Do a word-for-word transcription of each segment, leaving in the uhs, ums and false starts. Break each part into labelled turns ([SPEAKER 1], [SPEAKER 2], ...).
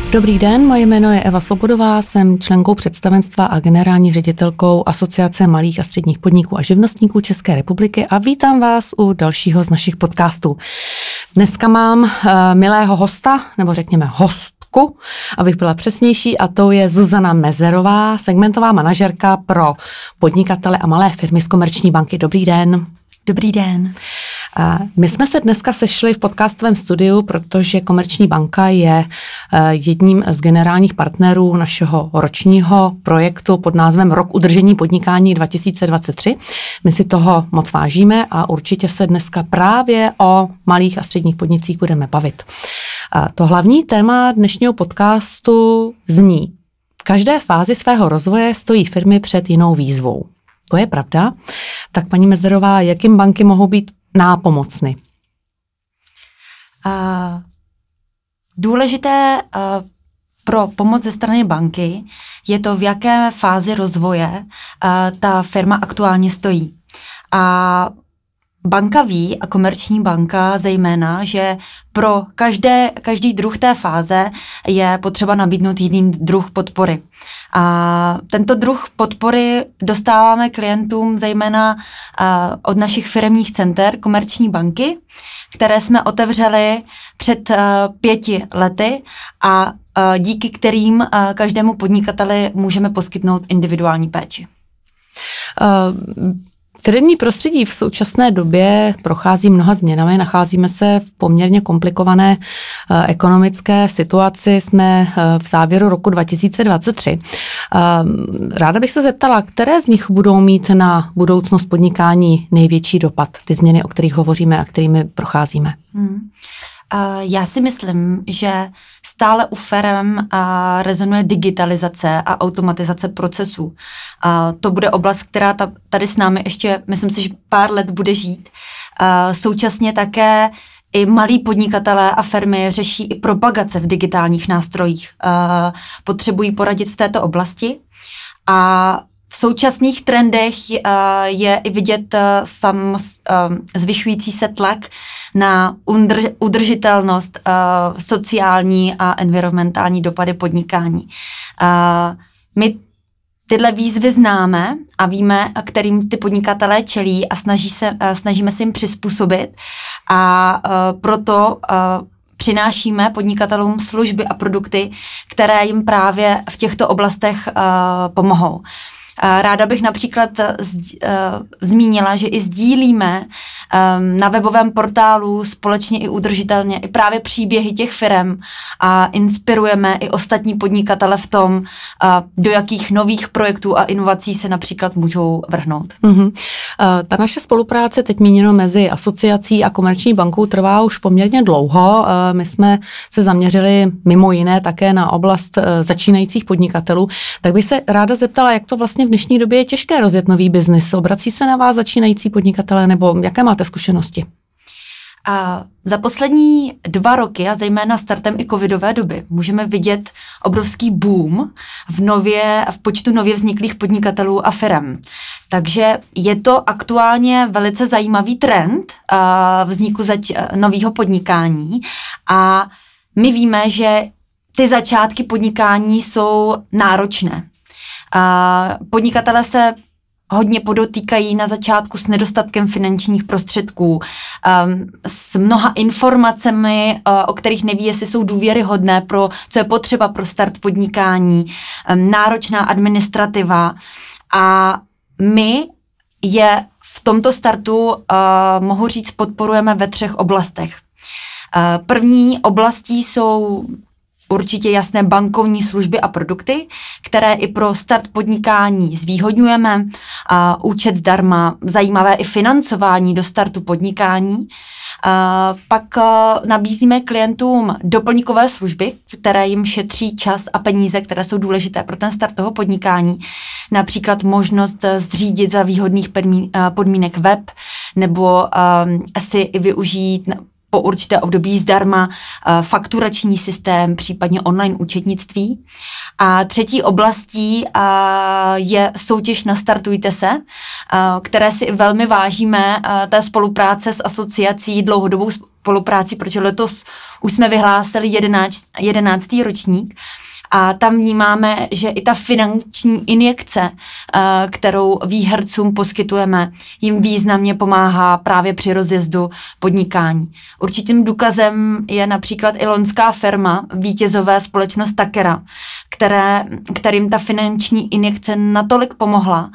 [SPEAKER 1] Dobrý den, moje jméno je Eva Svobodová, jsem členkou představenstva a generální ředitelkou Asociace malých a středních podniků a živnostníků České republiky a vítám vás u dalšího z našich podcastů. Dneska mám uh, milého hosta, nebo řekněme hostku, abych byla přesnější, a to je Zuzana Mezerová, segmentová manažerka pro podnikatele a malé firmy z Komerční banky. Dobrý den.
[SPEAKER 2] Dobrý den.
[SPEAKER 1] My jsme se dneska sešli v podcastovém studiu, protože Komerční banka je jedním z generálních partnerů našeho ročního projektu pod názvem Rok udržení podnikání dva tisíce dvacet tři. My si toho moc vážíme a určitě se dneska právě o malých a středních podnicích budeme bavit. To hlavní téma dnešního podcastu zní: v každé fázi svého rozvoje stojí firmy před jinou výzvou. To je pravda. Tak paní Mezerová, jakým banky mohou být nápomocny?
[SPEAKER 2] Uh, důležité uh, pro pomoc ze strany banky je to, v jaké fázi rozvoje uh, ta firma aktuálně stojí. A banka ví, a Komerční banka zejména, že pro každé, každý druh té fáze je potřeba nabídnout jiný druh podpory. A tento druh podpory dostáváme klientům zejména uh, od našich firemních center Komerční banky, které jsme otevřeli před uh, pěti lety a uh, díky kterým uh, každému podnikateli můžeme poskytnout individuální péči.
[SPEAKER 1] Uh... Firemní prostředí v současné době prochází mnoha změnami, nacházíme se v poměrně komplikované uh, ekonomické situaci, jsme uh, v závěru roku dva tisíce dvacet tři. Uh, ráda bych se zeptala, které z nich budou mít na budoucnost podnikání největší dopad, ty změny, o kterých hovoříme a kterými procházíme?
[SPEAKER 2] Hmm. Já si myslím, že stále u firem rezonuje digitalizace a automatizace procesů. To bude oblast, která tady s námi ještě, myslím si, že pár let bude žít. Současně také i malí podnikatelé a firmy řeší i propagace v digitálních nástrojích. Potřebují poradit v této oblasti a v současných trendech uh, je i vidět uh, sam, uh, zvyšující se tlak na udrž, udržitelnost, uh, sociální a environmentální dopady podnikání. Uh, my tyhle výzvy známe a víme, kterým ty podnikatelé čelí a snaží se, uh, snažíme se jim přizpůsobit a uh, proto uh, přinášíme podnikatelům služby a produkty, které jim právě v těchto oblastech uh, pomohou. Ráda bych například z, uh, zmínila, že i sdílíme um, na webovém portálu společně i udržitelně i právě příběhy těch firem a inspirujeme i ostatní podnikatele v tom, uh, do jakých nových projektů a inovací se například můžou vrhnout.
[SPEAKER 1] Mm-hmm. Uh, ta naše spolupráce teď míněno mezi asociací a Komerční bankou trvá už poměrně dlouho. Uh, my jsme se zaměřili mimo jiné také na oblast uh, začínajících podnikatelů. Tak bych se ráda zeptala, jak to vlastně v dnešní době je těžké rozjet nový biznis. Obrací se na vás začínající podnikatelé nebo jaké máte zkušenosti?
[SPEAKER 2] A za poslední dva roky a zejména startem i covidové doby můžeme vidět obrovský boom v, nově, v počtu nově vzniklých podnikatelů a firem. Takže je to aktuálně velice zajímavý trend uh, vzniku zač- nového podnikání a my víme, že ty začátky podnikání jsou náročné. Uh, podnikatelé se hodně podotýkají na začátku s nedostatkem finančních prostředků, um, s mnoha informacemi, uh, o kterých neví, jestli jsou důvěryhodné, pro, co je potřeba pro start podnikání, um, náročná administrativa a my je v tomto startu, uh, mohu říct, podporujeme ve třech oblastech. Uh, první oblastí jsou určitě jasné bankovní služby a produkty, které i pro start podnikání zvýhodňujeme. A účet zdarma, zajímavé i financování do startu podnikání. A pak a, nabízíme klientům doplňkové služby, které jim šetří čas a peníze, které jsou důležité pro ten start toho podnikání. Například možnost zřídit za výhodných podmínek web nebo a, si i využít po určité období zdarma fakturační systém, případně online účetnictví. A třetí oblastí je soutěž Nastartujte se, které si velmi vážíme té spolupráce s asociací dlouhodobou spolupráci, protože letos už jsme vyhlásili jedenáctý ročník a tam vnímáme, že i ta finanční injekce, kterou výhercům poskytujeme, jim významně pomáhá právě při rozjezdu podnikání. Určitým důkazem je například i loňská firma, vítězové společnost Takera, které, kterým ta finanční injekce natolik pomohla,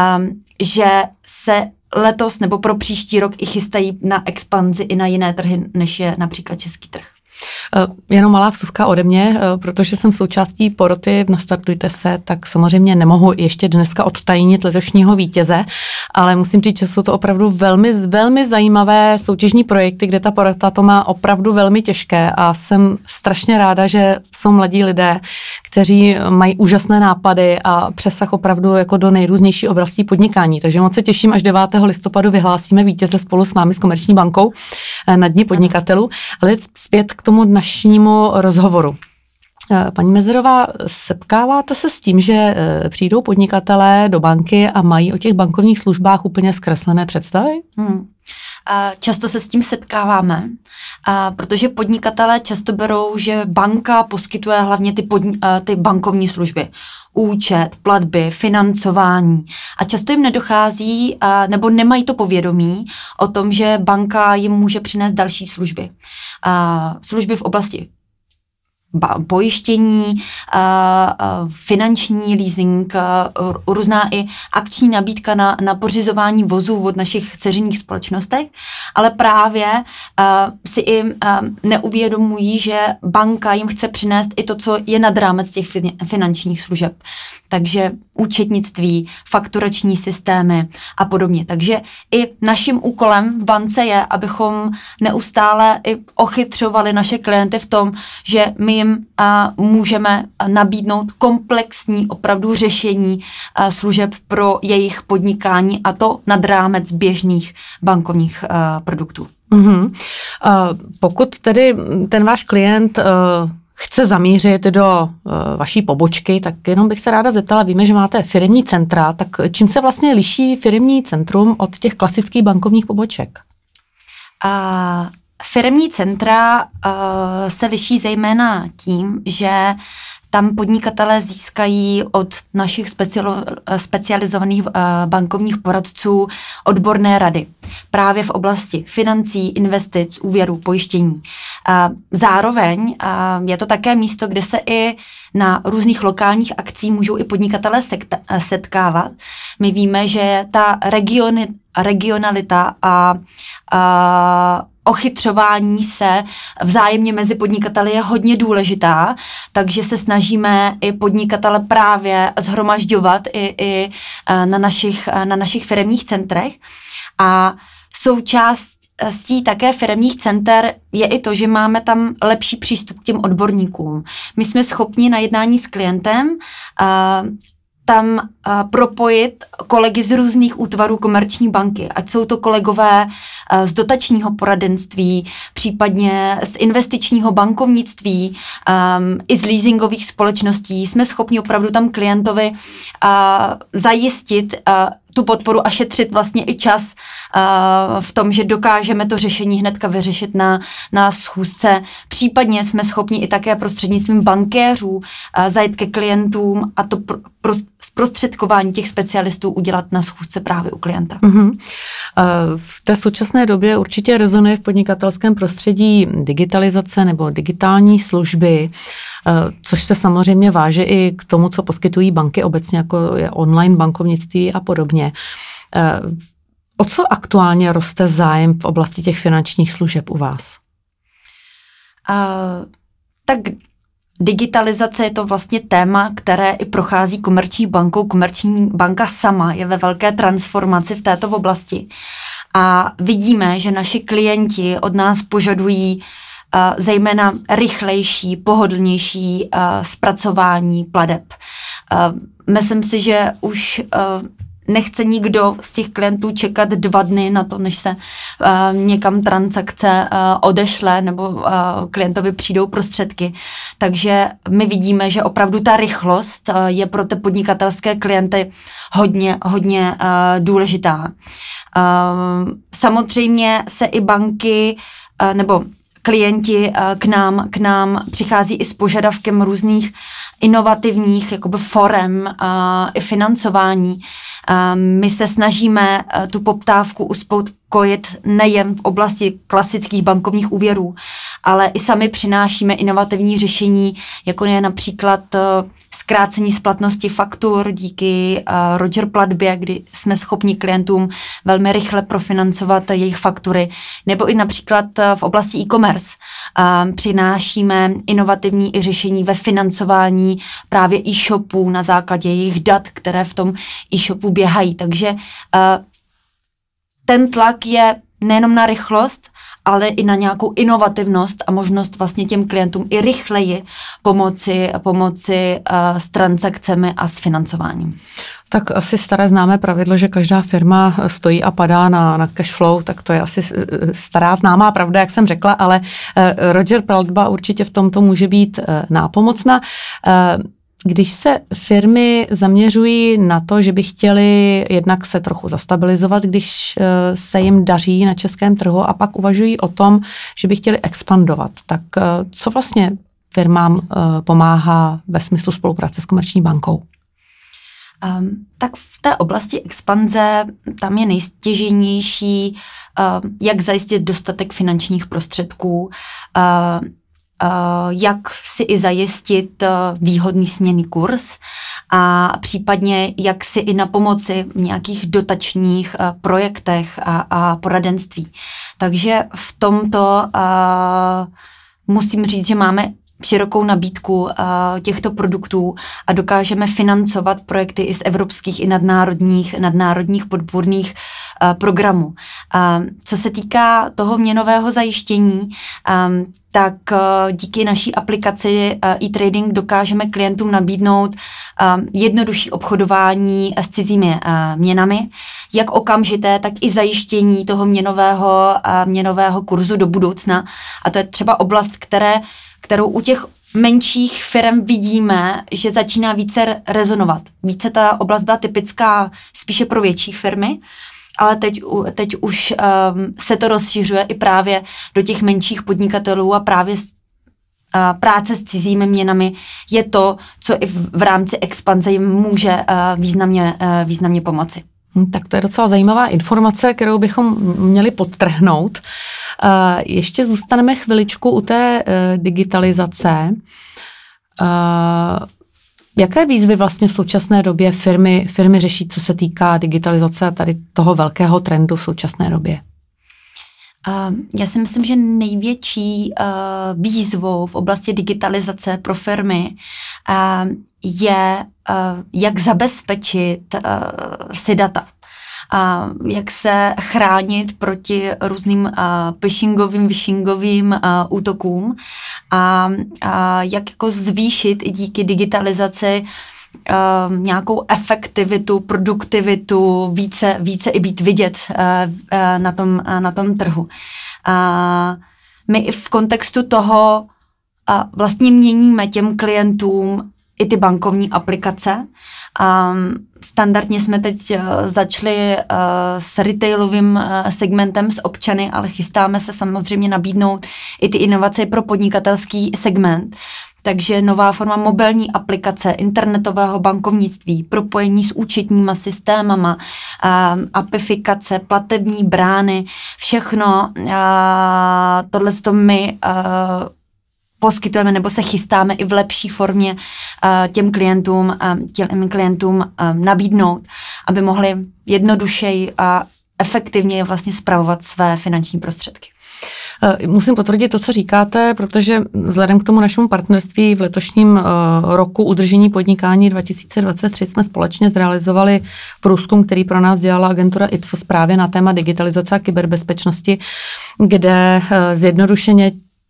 [SPEAKER 2] že se letos nebo pro příští rok i chystají na expanzi i na jiné trhy, než je například český trh.
[SPEAKER 1] Jenom malá vsuvka ode mě, protože jsem součástí poroty v Nastartujte se, tak samozřejmě nemohu ještě dneska odtajnit letošního vítěze, ale musím říct, že jsou to opravdu velmi, velmi zajímavé soutěžní projekty, kde ta porota to má opravdu velmi těžké a jsem strašně ráda, že jsou mladí lidé, kteří mají úžasné nápady a přesah opravdu jako do nejrůznější oblastí podnikání. Takže moc se těším, až devátého listopadu vyhlásíme vítěze spolu s námi, s Komerční bankou na Dni podnikatelů. Ale zpět k tomu dnešnímu rozhovoru. Paní Mezerová, setkáváte se s tím, že přijdou podnikatelé do banky a mají o těch bankovních službách úplně zkreslené představy? Hmm.
[SPEAKER 2] Často se s tím setkáváme, protože podnikatelé často berou, že banka poskytuje hlavně ty, podni- ty bankovní služby. Účet, platby, financování. A často jim nedochází, nebo nemají to povědomí o tom, že banka jim může přinést další služby. Služby v oblasti pojištění, finanční leasing, různá i akční nabídka na, na pořizování vozů od našich dceřiných společnostech, ale právě si i neuvědomují, že banka jim chce přinést i to, co je nad rámec těch finančních služeb. Takže účetnictví, fakturační systémy a podobně. Takže i naším úkolem v bance je, abychom neustále i ochytřovali naše klienty v tom, že my jim a, můžeme nabídnout komplexní opravdu řešení a, služeb pro jejich podnikání a to nad rámec běžných bankovních a, produktů.
[SPEAKER 1] Mm-hmm. Uh, pokud tedy ten váš klient uh, chce zamířit do uh, vaší pobočky, tak jenom bych se ráda zeptala, víme, že máte firemní centra, tak čím se vlastně liší firemní centrum od těch klasických bankovních poboček?
[SPEAKER 2] Uh, firemní centra uh, se liší zejména tím, že tam podnikatelé získají od našich specialo, specializovaných uh, bankovních poradců odborné rady. Právě v oblasti financí, investic, úvěrů, pojištění. Uh, zároveň uh, je to také místo, kde se i na různých lokálních akcích můžou i podnikatelé sekta, setkávat. My víme, že ta regiony, regionalita a, a ochytřování se vzájemně mezi podnikateli je hodně důležitá, takže se snažíme i podnikatele právě shromažďovat i, i na našich, na našich firemních centrech. A součástí také firemních center je i to, že máme tam lepší přístup k těm odborníkům. My jsme schopni na jednání s klientem uh, tam uh, propojit kolegy z různých útvarů Komerční banky, ať jsou to kolegové uh, z dotačního poradenství, případně z investičního bankovnictví, um, i z leasingových společností. Jsme schopni opravdu tam klientovi uh, zajistit uh, tu podporu a šetřit vlastně i čas uh, v tom, že dokážeme to řešení hnedka vyřešit na, na schůzce. Případně jsme schopni i také prostřednictvím bankéřů uh, zajít ke klientům a to pro, pro, zprostředkování těch specialistů udělat na schůzce právě u klienta.
[SPEAKER 1] Mm-hmm. V té současné době určitě rezonuje v podnikatelském prostředí digitalizace nebo digitální služby, což se samozřejmě váže i k tomu, co poskytují banky obecně, jako je online bankovnictví a podobně. O co aktuálně roste zájem v oblasti těch finančních služeb u vás?
[SPEAKER 2] Uh, tak digitalizace je to vlastně téma, které i prochází Komerční bankou. Komerční banka sama je ve velké transformaci v této oblasti. A vidíme, že naši klienti od nás požadují uh, zejména rychlejší, pohodlnější uh, zpracování plateb. Uh, myslím si, že už uh, nechce nikdo z těch klientů čekat dva dny na to, než se uh, někam transakce uh, odešle nebo uh, klientovi přijdou prostředky. Takže my vidíme, že opravdu ta rychlost uh, je pro ty podnikatelské klienty hodně, hodně uh, důležitá. Uh, samozřejmě se i banky nebo klienti k nám, k nám přichází i s požadavkem různých inovativních jakoby forem i financování. My se snažíme tu poptávku uspokojit nejen v oblasti klasických bankovních úvěrů, ale i sami přinášíme inovativní řešení, jako je například zkrácení splatnosti faktur díky Roger platbě, kdy jsme schopni klientům velmi rychle profinancovat jejich faktury, nebo i například v oblasti e-commerce přinášíme inovativní i řešení ve financování právě e-shopů na základě jejich dat, které v tom e-shopu běhají. Takže ten tlak je nejenom na rychlost, ale i na nějakou inovativnost a možnost vlastně těm klientům i rychleji pomoci, pomoci uh, s transakcemi a s financováním.
[SPEAKER 1] Tak asi staré známé pravidlo, že každá firma stojí a padá na, na cash flow, tak to je asi stará známá pravda, jak jsem řekla, ale uh, Roger platba určitě v tomto může být uh, nápomocna. Uh, Když se firmy zaměřují na to, že by chtěli jednak se trochu zastabilizovat, když se jim daří na českém trhu a pak uvažují o tom, že by chtěli expandovat, tak co vlastně firmám pomáhá ve smyslu spolupráce s Komerční bankou?
[SPEAKER 2] Um, tak v té oblasti expanze tam je nejstěžejnější, uh, jak zajistit dostatek finančních prostředků, uh, Uh, jak si i zajistit uh, výhodný směnný kurz a případně jak si i na pomoci v nějakých dotačních uh, projektech a, a poradenství. Takže v tomto uh, musím říct, že máme širokou nabídku uh, těchto produktů a dokážeme financovat projekty i z evropských i nadnárodních, nadnárodních podpůrných uh, programů. Uh, co se týká toho měnového zajištění, um, tak uh, díky naší aplikaci uh, e-trading dokážeme klientům nabídnout uh, jednodušší obchodování s cizími uh, měnami, jak okamžité, tak i zajištění toho měnového, uh, měnového kurzu do budoucna. A to je třeba oblast, které kterou u těch menších firm vidíme, že začíná více rezonovat. Více ta oblast byla typická spíše pro větší firmy, ale teď, teď už um, se to rozšiřuje i právě do těch menších podnikatelů a právě uh, práce s cizími měnami je to, co i v, v rámci expanze jim může uh, významně, uh, významně pomoci.
[SPEAKER 1] Tak to je docela zajímavá informace, kterou bychom měli podtrhnout. Ještě zůstaneme chviličku u té digitalizace. Jaké výzvy vlastně v současné době firmy, firmy řeší, co se týká digitalizace tady toho velkého trendu v současné době?
[SPEAKER 2] Já si myslím, že největší výzvou v oblasti digitalizace pro firmy je, jak zabezpečit si data. A jak se chránit proti různým uh, phishingovým, vishingovým uh, útokům a, a jak jako zvýšit i díky digitalizaci uh, nějakou efektivitu, produktivitu, více, více i být vidět uh, uh, na, tom, uh, na tom trhu. Uh, my i v kontextu toho uh, vlastně měníme těm klientům i ty bankovní aplikace. Um, standardně jsme teď uh, začali uh, s retailovým uh, segmentem s občany, ale chystáme se samozřejmě nabídnout i ty inovace pro podnikatelský segment. Takže nová forma mobilní aplikace, internetového bankovnictví, propojení s účetníma systémama, um, apifikace, platební brány, všechno uh, tohle to my uh, poskytujeme nebo se chystáme i v lepší formě uh, těm klientům, uh, těm klientům uh, nabídnout, aby mohli jednodušeji a efektivně vlastně spravovat své finanční prostředky.
[SPEAKER 1] Musím potvrdit to, co říkáte, protože vzhledem k tomu našemu partnerství v letošním uh, roku udržení podnikání dva tisíce dvacet tři jsme společně zrealizovali průzkum, který pro nás dělala agentura Ipsos právě na téma digitalizace a kyberbezpečnosti, kde uh, zjednodušeně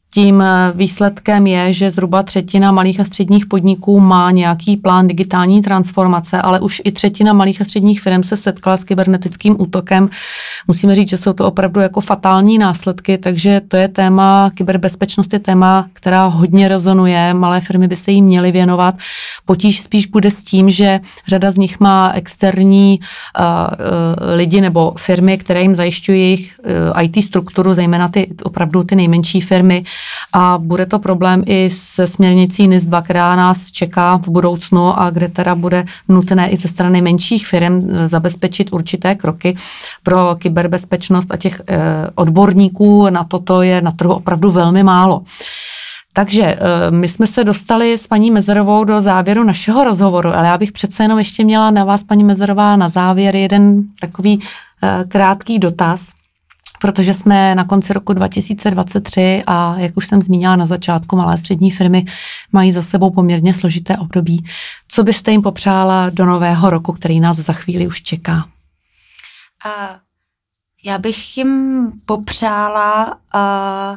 [SPEAKER 1] Tím výsledkem je, že zhruba třetina malých a středních podniků má nějaký plán digitální transformace, ale už i třetina malých a středních firm se setkala s kybernetickým útokem. Musíme říct, že jsou to opravdu jako fatální následky, takže to je téma, kyberbezpečnost je téma, která hodně rezonuje, malé firmy by se jí měly věnovat. Potíž spíš bude s tím, že řada z nich má externí uh, uh, lidi nebo firmy, které jim zajišťují jejich uh, í té strukturu, zejména ty opravdu ty nejmenší firmy. A bude to problém i se směrnicí N I S dva, která nás čeká v budoucnu a kde teda bude nutné i ze strany menších firm zabezpečit určité kroky pro kyberbezpečnost a těch eh, odborníků na toto je na trhu opravdu velmi málo. Takže my jsme se dostali s paní Mezerovou do závěru našeho rozhovoru, ale já bych přece jenom ještě měla na vás, paní Mezerová, na závěr jeden takový eh, krátký dotaz. Protože jsme na konci roku dva tisíce dvacet tři a jak už jsem zmínila na začátku, malé střední firmy mají za sebou poměrně složité období. Co byste jim popřála do nového roku, který nás za chvíli už čeká?
[SPEAKER 2] A já bych jim popřála a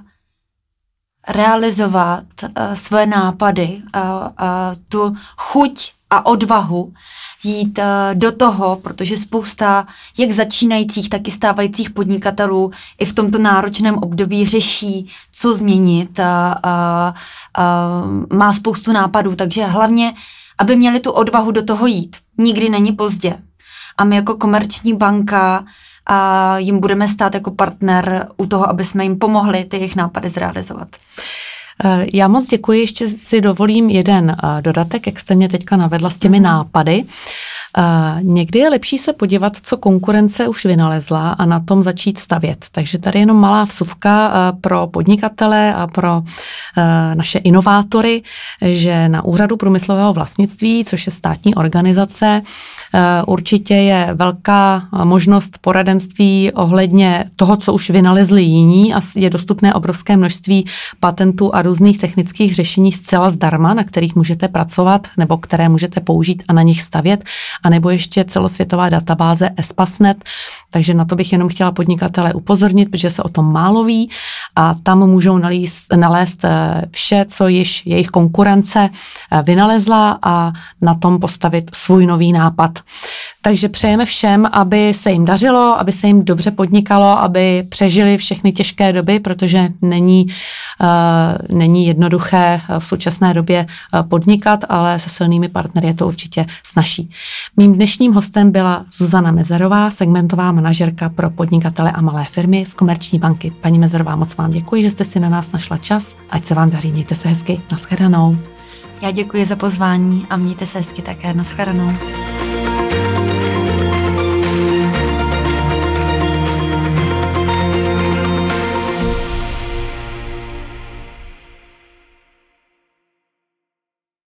[SPEAKER 2] realizovat a svoje nápady, a, a tu chuť a odvahu jít do toho, protože spousta jak začínajících, tak i stávajících podnikatelů i v tomto náročném období řeší, co změnit a, a, a má spoustu nápadů, takže hlavně, aby měli tu odvahu do toho jít. Nikdy není pozdě. A my jako komerční banka a jim budeme stát jako partner u toho, aby jsme jim pomohli ty jejich nápady zrealizovat.
[SPEAKER 1] Já moc děkuji, ještě si dovolím jeden dodatek, jak jste mě teďka navedla s těmi mm. nápady. Uh, někdy je lepší se podívat, co konkurence už vynalezla a na tom začít stavět. Takže tady jenom malá vsuvka uh, pro podnikatele a pro uh, naše inovátory, že na Úřadu průmyslového vlastnictví, což je státní organizace, uh, určitě je velká možnost poradenství ohledně toho, co už vynalezli jiní a je dostupné obrovské množství patentů a různých technických řešení zcela zdarma, na kterých můžete pracovat nebo které můžete použít a na nich stavět. A nebo ještě celosvětová databáze Espasnet, takže na to bych jenom chtěla podnikatele upozornit, protože se o tom málo ví a tam můžou nalíst, nalézt vše, co již jejich konkurence vynalezla a na tom postavit svůj nový nápad. Takže přejeme všem, aby se jim dařilo, aby se jim dobře podnikalo, aby přežili všechny těžké doby, protože není, uh, není jednoduché v současné době podnikat, ale se silnými partnery je to určitě snazší. Mým dnešním hostem byla Zuzana Mezerová, segmentová manažerka pro podnikatele a malé firmy z Komerční banky. Paní Mezerová, moc vám děkuji, že jste si na nás našla čas. Ať se vám daří, mějte se hezky. Nashledanou.
[SPEAKER 2] Já děkuji za pozvání a mějte se hezky také. Nashledanou.